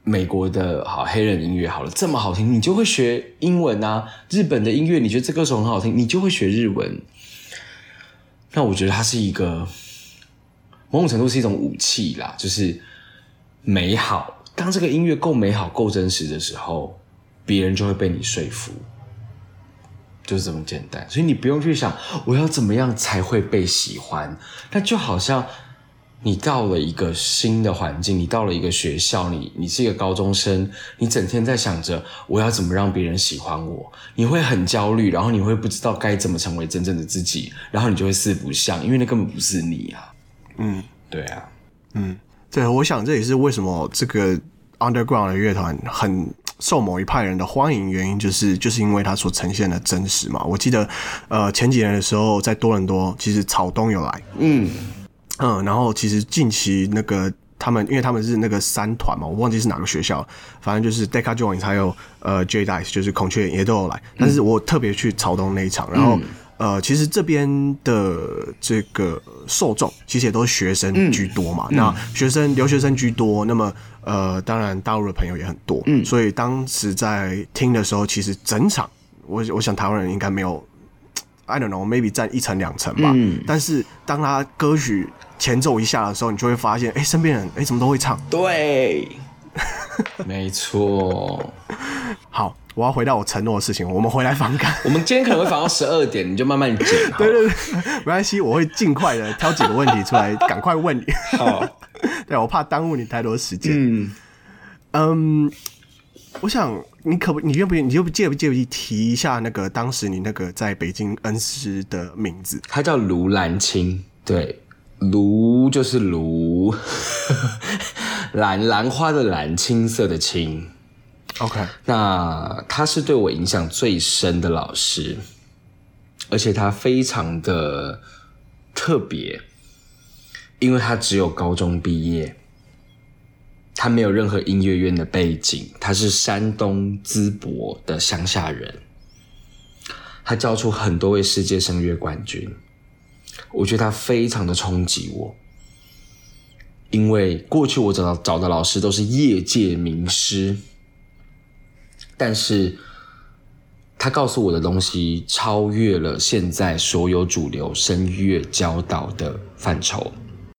美国的好黑人音乐好了，这么好听，你就会学英文啊。日本的音乐，你觉得这歌手很好听，你就会学日文。那我觉得它是一个某种程度是一种武器啦，就是美好。当这个音乐够美好、够真实的时候，别人就会被你说服，就是这么简单。所以你不用去想我要怎么样才会被喜欢，那就好像你到了一个新的环境，你到了一个学校，你是一个高中生，你整天在想着我要怎么让别人喜欢我，你会很焦虑，然后你会不知道该怎么成为真正的自己，然后你就会四不像，因为那根本不是你啊。对啊， 对，我想这也是为什么这个 underground 的乐团很受某一派人的欢迎，原因就是因为它所呈现的真实嘛。我记得前几年的时候在多伦多，其实草东有来，然后其实近期那个因为他们是那个3团嘛，我忘记是哪个学校，反正就是 Deca Joins 还有J Dice 就是孔雀也都有来，但是我特别去草东那一场，然后其实这边的这个受众其实也都是学生居多嘛，那留学生居多，那么当然大陆的朋友也很多，所以当时在听的时候，其实整场我想台湾人应该没有 I don't know maybe 占1成2成吧，但是当他歌曲前奏一下的时候，你就会发现身边人怎么都会唱， 对，没错。 好，我要回到我承诺的事情，我们回来访谈。 我们今天可能会访到12点，你就慢慢剪。 对，没关系，我会尽快的挑几个问题出来，赶快问你。 好， 对，我怕耽误你太多时间。我想你愿不愿意，你就介不介意提一下那个当时你那个在北京恩师的名字？ 他叫卢兰青，对，卢就是卢，兰花的兰，青色的青。 OK， 那他是对我影响最深的老师，而且他非常的特别，因为他只有高中毕业，他没有任何音乐院的背景，他是山东淄博的乡下人，他教出很多位世界声乐冠军，我觉得他非常的冲击我，因为过去我找的老师都是业界名师，但是他告诉我的东西超越了现在所有主流声乐教导的范畴。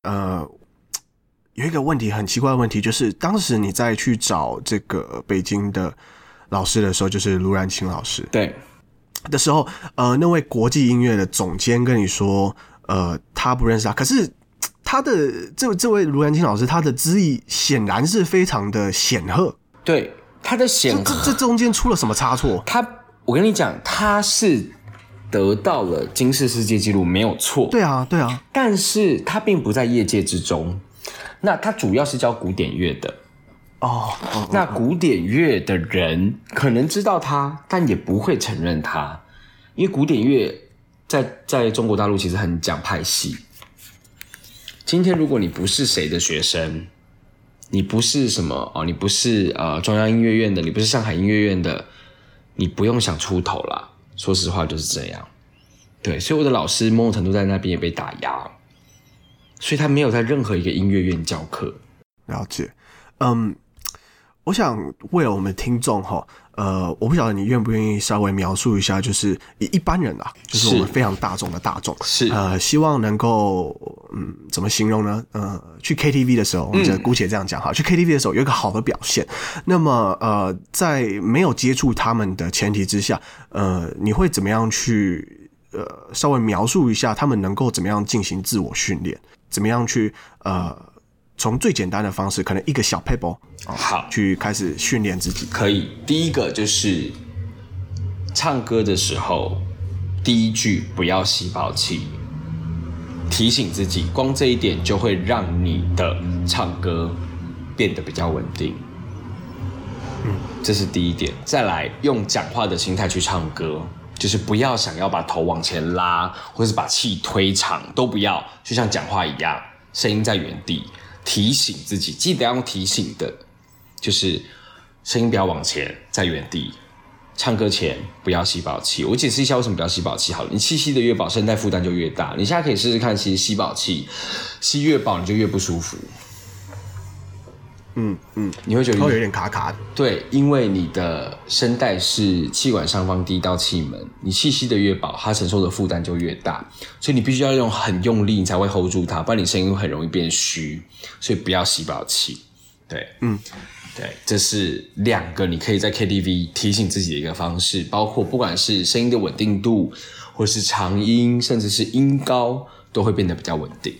有一个问题，很奇怪的问题，就是当时你在去找这个北京的老师的时候，就是卢然清老师， 对的时候，那位国际音乐的总监跟你说，他不认识他，可是他的这位卢然清老师，他的资历显然是非常的显赫， 对。他的显赫， 这中间出了什么差错？ 我跟你讲，他是得到了金氏世界纪录，没有错。 对啊， 但是他并不在业界之中。那他主要是教古典乐的。那古典乐的人可能知道他，但也不会承认他，因为古典乐在中国大陆其实很讲派系。今天如果你不是谁的学生，你不是什么你不是中央音乐院的，你不是上海音乐院的，你不用想出头啦。说实话就是这样。对，所以我的老师某种程度在那边也被打压，所以他没有在任何一个音乐院教课。 了解。我想为了我们听众我不晓得你愿不愿意稍微描述一下，就是一般人啊，就是我们非常大众的大众， 是希望能够怎么形容呢？去 KTV 的时候，我们就姑且这样讲哈，去 KTV 的时候有一个好的表现，那么在没有接触他们的前提之下，你会怎么样去稍微描述一下他们能够怎么样进行自我训练，怎么样去从最简单的方式，可能一个小 paper 好去开始训练自己。 可以，第一个就是唱歌的时候，第一句不要吸饱气，提醒自己，光这一点就会让你的唱歌变得比较稳定。这是第一点。再来，用讲话的心态去唱歌，就是不要想要把头往前拉，或是把气推长，都不要，就像讲话一样，声音在原地。提醒自己，记得要用提醒的，就是声音不要往前，在原地。唱歌前不要吸饱气。我解释一下为什么不要吸饱气好了。你气吸的越饱，声带负担就越大。你现在可以试试看，其实吸饱气，吸越饱你就越不舒服。 你会觉得会有点卡卡的。 对，因为你的声带是气管上方第一道气门，你气吸的越饱，它承受的负担就越大，所以你必须要很用力，你才会 hold 住它，不然你声音很容易变虚，所以不要吸饱气。对，对，这是2个你可以在 KTV 提醒自己的一个方式，包括不管是声音的稳定度，或是长音，甚至是音高，都会变得比较稳定。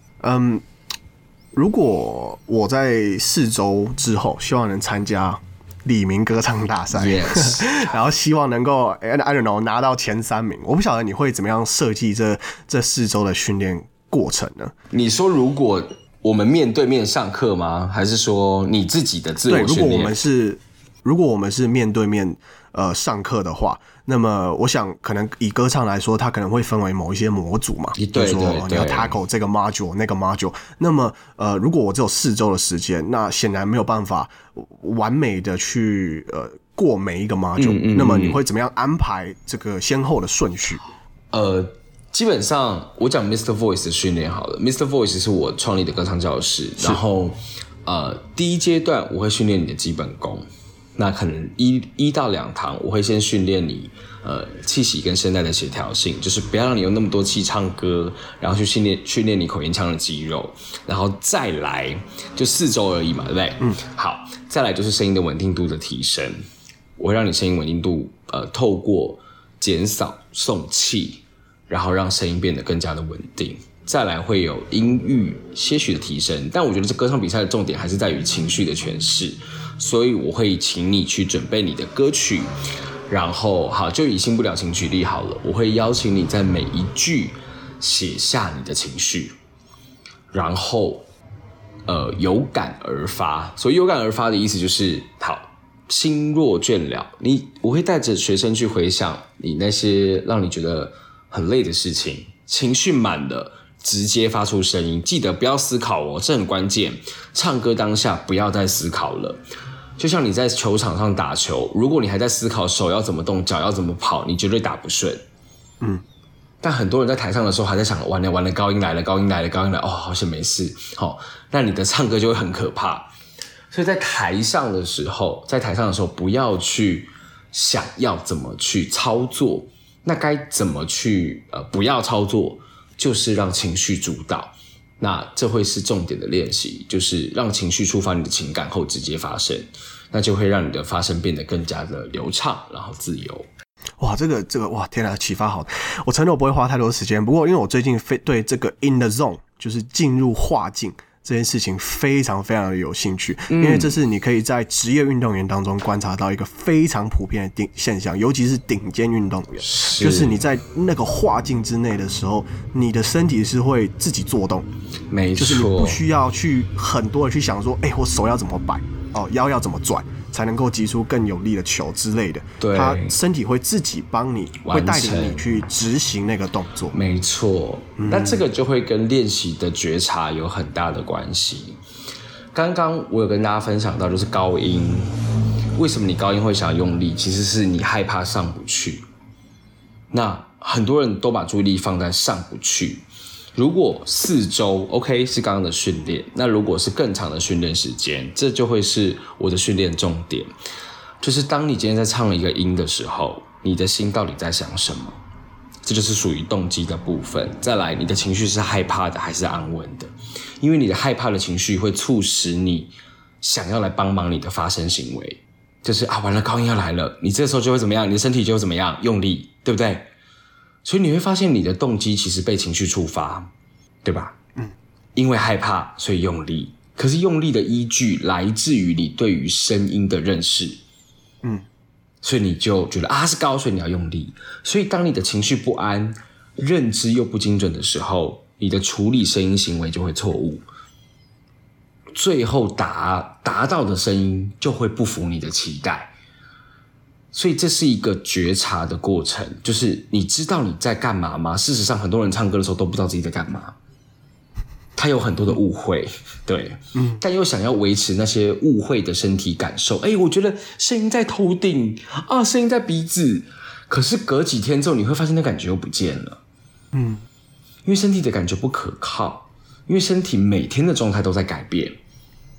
如果我在4周之后，希望能参加李明歌唱大赛， Yes. 然后希望能够 I don't know 拿到前3名。我不晓得你会怎么样设计这4周的训练过程呢？ 你说如果我们面对面上课吗？还是说你自己的自我训练？ 对，如果我们是面对面上课的话，那么我想可能以歌唱来说，它可能会分为某一些模组嘛，比如说你要 tackle 这个 module 那个 module。那么如果我只有4周的时间，那显然没有办法完美的去过每一个 module。那么你会怎么样安排这个先后的顺序？ 基本上我讲 Mr. Voice 的训练好了。Mr. Voice 是我创立的歌唱教室，然后第一阶段我会训练你的基本功，那可能1到2堂我会先训练你气息跟声带的协调性，就是不要让你用那么多气唱歌，然后去训练你口音腔的肌肉，然后再来就4周而已嘛，对不对？好，再来就是声音的稳定度的提升，我会让你声音稳定度透过减少送气，然后让声音变得更加的稳定，再来会有音域些许的提升，但我觉得这歌唱比赛的重点还是在于情绪的诠释，所以我会请你去准备你的歌曲，然后好，就以新不了情举例好了，我会邀请你在每一句写下你的情绪，然后有感而发。所以有感而发的意思就是好，心若倦了，我会带着学生去回想你那些让你觉得很累的事情，情绪满了直接发出声音，记得不要思考哦，这很关键。唱歌当下不要再思考了，就像你在球场上打球，如果你还在思考手要怎么动，脚要怎么跑，你绝对打不顺。但很多人在台上的时候还在想，完了，高音来了，哦，好像没事。好，那你的唱歌就会很可怕。所以在台上的时候，不要去想要怎么去操作，那该怎么去不要操作，就是让情绪主导。那这会是重点的练习，就是让情绪触发你的情感后直接发声，那就会让你的发声变得更加的流畅，然后自由。 哇，这个哇，天哪，启发好！我承认我不会花太多时间，不过因为我最近对这个 in the zone， 就是进入画境这件事情非常非常的有兴趣，因为这是你可以在职业运动员当中观察到一个非常普遍的现象，尤其是顶尖运动员，就是你在那个画境之内的时候，你的身体是会自己作动， 没错， 就是你不需要去很多的去想说，我手要怎么摆，腰要怎么转，才能够击出更有力的球之类的。 对， 他身体会自己帮你，会带领你去执行那个动作。 没错，那这个就会跟练习的觉察有很大的关系。刚刚我有跟大家分享到，就是高音，为什么你高音会想要用力，其实是你害怕上不去。那很多人都把注意力放在上不去。如果4周 OK 是刚刚的训练，那如果是更长的训练时间，这就会是我的训练重点，就是当你今天在唱一个音的时候，你的心到底在想什么，这就是属于动机的部分。再来，你的情绪是害怕的还是安稳的，因为你的害怕的情绪会促使你想要来帮忙你的发声行为，就是完了，高音要来了，你这时候就会怎么样，你的身体就会怎么样，用力，对不对？所以你会发现你的动机其实被情绪触发，对吧？因为害怕所以用力，可是用力的依据来自于你对于声音的认识，所以你就觉得它是高，所以你要用力。所以当你的情绪不安，认知又不精准的时候，你的处理声音行为就会错误，最后达到的声音就会不符你的期待。所以这是一个觉察的过程，就是你知道你在干嘛吗？事实上很多人唱歌的时候都不知道自己在干嘛，他有很多的误会，对，但又想要维持那些误会的身体感受。我觉得声音在头顶啊，声音在鼻子，可是隔几天之后你会发现那感觉又不见了，因为身体的感觉不可靠，因为身体每天的状态都在改变，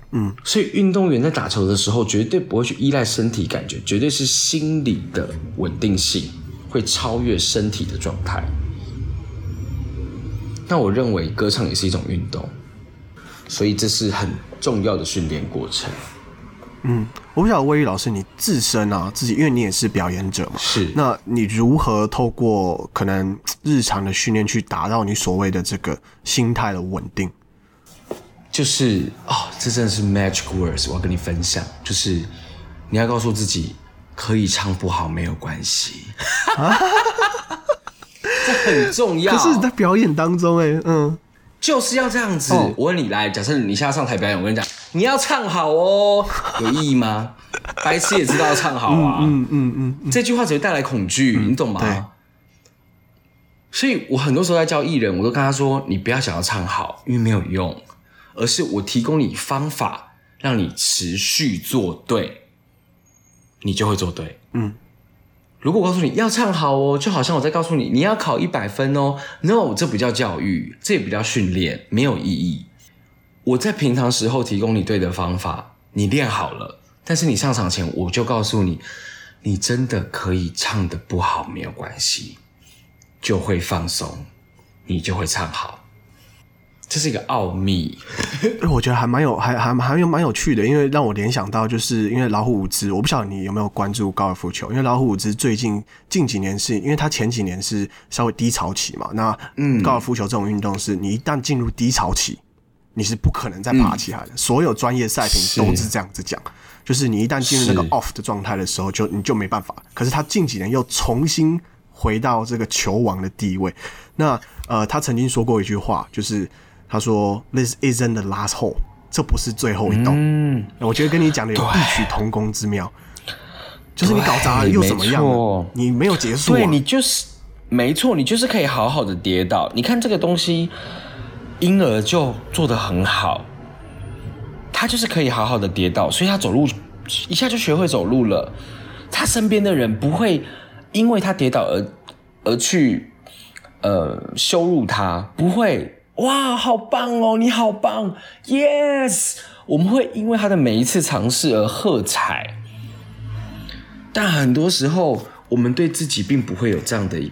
所以运动员在打球的时候，绝对不会去依赖身体感觉，绝对是心理的稳定性会超越身体的状态。那我认为歌唱也是一种运动，所以这是很重要的训练过程。 我不晓得魏宇老师你自身啊自己，因为你也是表演者嘛， 是， 那你如何透过可能日常的训练去达到你所谓的这个心态的稳定？ 就是这真的是 magic words， 我要跟你分享，就是你要告诉自己，可以唱不好没有关系，这很重要。 可是在表演当中， 就是要这样子。我问你，来，假设你现在上台表演，我跟你讲，你要唱好哦，有意义吗？白痴也知道要唱好啊。这句话只会带来恐惧，你懂吗？ 对。 所以我很多时候在教艺人，我都跟他说，你不要想要唱好，因为没有用，而是我提供你方法，让你持续做对，你就会做对。如果我告诉你要唱好哦，就好像我在告诉你你要考100分哦 ，No， 这不叫教育，这也不叫训练，没有意义。我在平常时候提供你对的方法，你练好了，但是你上场前我就告诉你，你真的可以唱得不好没有关系，就会放松，你就会唱好。这是一个奥秘， 我觉得还蛮有趣的，因为让我联想到，就是因为老虎伍兹，我不晓得你有没有关注高尔夫球，因为老虎伍兹近几年是因为他前几年是稍微低潮期嘛，那高尔夫球这种运动是你一旦进入低潮期，你是不可能再爬起来的，所有专业赛评都是这样子讲，就是你一旦进入那个 off 的状态的时候，你就没办法。可是他近几年又重新回到这个球王的地位，那他曾经说过一句话，就是他说 "This isn't the last hole"， 这不是最后一洞。我觉得跟你讲的有异曲同工之妙，就是你搞砸了又怎么样呢？你没有结束啊。 对，你就是没错，你就是可以好好的跌倒。你看这个东西，婴儿就做得很好，他就是可以好好的跌倒，所以他走路一下就学会走路了。他身边的人不会因为他跌倒而去羞辱他，不会。哇，好棒哦！你好棒 ，Yes！ 我们会因为他的每一次尝试而喝彩，但很多时候我们对自己并不会有这样的一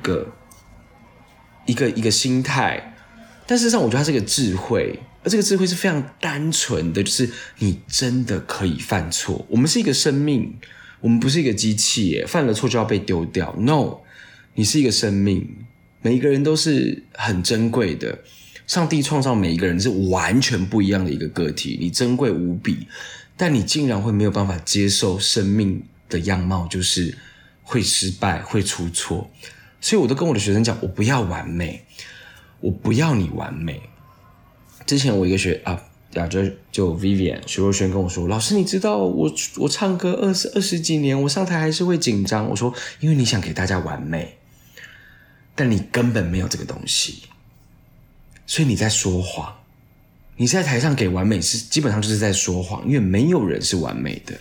个心态。但事实上，我觉得它是一个智慧，而这个智慧是非常单纯的，就是你真的可以犯错。我们是一个生命，我们不是一个机器耶，犯了错就要被丢掉。No， 你是一个生命，每一个人都是很珍贵的。上帝创造每一个人是完全不一样的一个个体，你珍贵无比，但你竟然会没有办法接受生命的样貌，就是会失败，会出错。所以我都跟我的学生讲，我不要完美，我不要你完美。之前我一个就 Vivian 徐若瑄跟我说，老师你知道我唱歌二十几年，我上台还是会紧张。我说因为你想给大家完美，但你根本没有这个东西。所以你在说谎，你在台上给完美是基本上就是在说谎，因为没有人是完美的。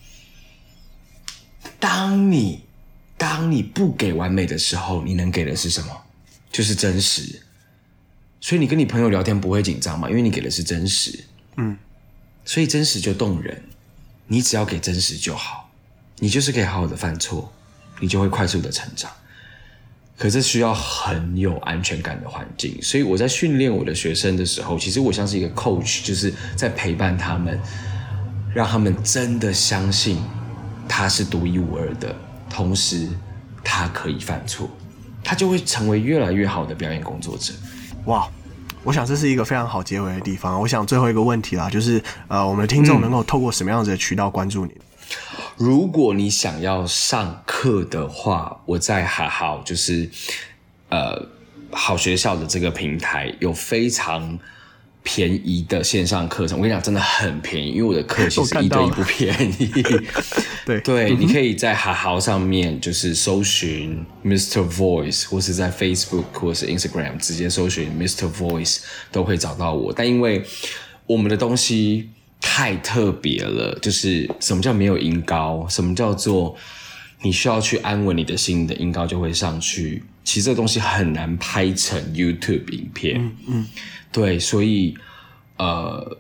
当你不给完美的时候，你能给的是什么？就是真实。所以你跟你朋友聊天不会紧张嘛，因为你给的是真实。所以真实就动人，你只要给真实就好，你就是可以好好的犯错，你就会快速的成长。可这需要很有安全感的环境，所以我在训练我的学生的时候，其实我像是一个 coach， 就是在陪伴他们，让他们真的相信他是独一无二的，同时他可以犯错，他就会成为越来越好的表演工作者。 哇，我想这是一个非常好结尾的地方。我想最后一个问题啦，就是我们的听众能够透过什么样子的渠道关注你？ 如果你想要上课的话，我在好就是好学校的这个平台有非常便宜的线上课程。我跟你讲，真的很便宜，因为我的课其实一对一不便宜。对，你可以在好上面就是搜寻 Mr. Voice， 或是在 Facebook 或是 Instagram 直接搜寻 Mr. Voice 都会找到我。但因为我们的东西太特别了，就是什么叫没有音高，什么叫做你需要去安稳你的心，你的音高就会上去。其实这个东西很难拍成 YouTube 影片。对，所以我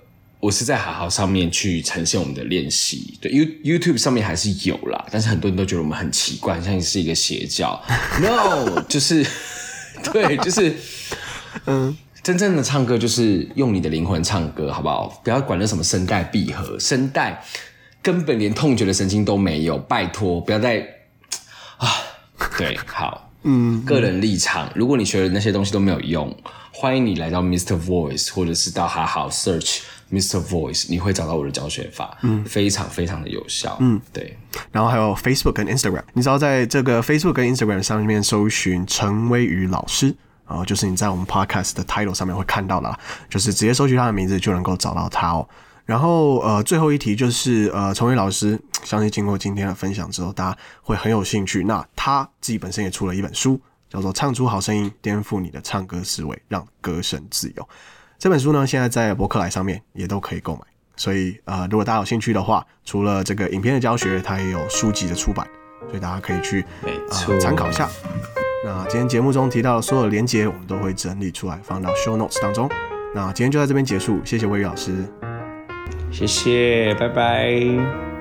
我是在好好上面去呈现我们的练习，对 YouTube 上面还是有啦，但是很多人都觉得我们很奇怪，像是一个邪教。No， 就是对，就是真正的唱歌就是用你的灵魂唱歌，好不好？不要管那什么声带闭合，声带根本连痛觉的神经都没有，拜托，不要再对，好，个人立场，如果你觉得那些东西都没有用，欢迎你来到 Mr. Voice， 或者是到好好 search Mr. Voice， 你会找到我的教学法，非常非常的有效，对。 然后还有 Facebook 跟 Instagram， 你只要在这个 Facebook 跟 Instagram 上面搜寻陈威宇老师。就是你在我们 podcast 的 title 上面会看到啦，就是直接搜取他的名字就能够找到他哦。然后最后一题就是陈威老师，相信经过今天的分享之后，大家会很有兴趣。那他自己本身也出了一本书，叫做《唱出好声音，颠覆你的唱歌思维，让歌声自由》。这本书呢，现在在博客来上面也都可以购买。所以如果大家有兴趣的话，除了这个影片的教学，它也有书籍的出版，所以大家可以去参考一下。那今天节目中提到的所有的连结，我们都会整理出来放到 show notes 当中。那今天就在这边结束，谢谢威宇老师， 谢谢，拜拜。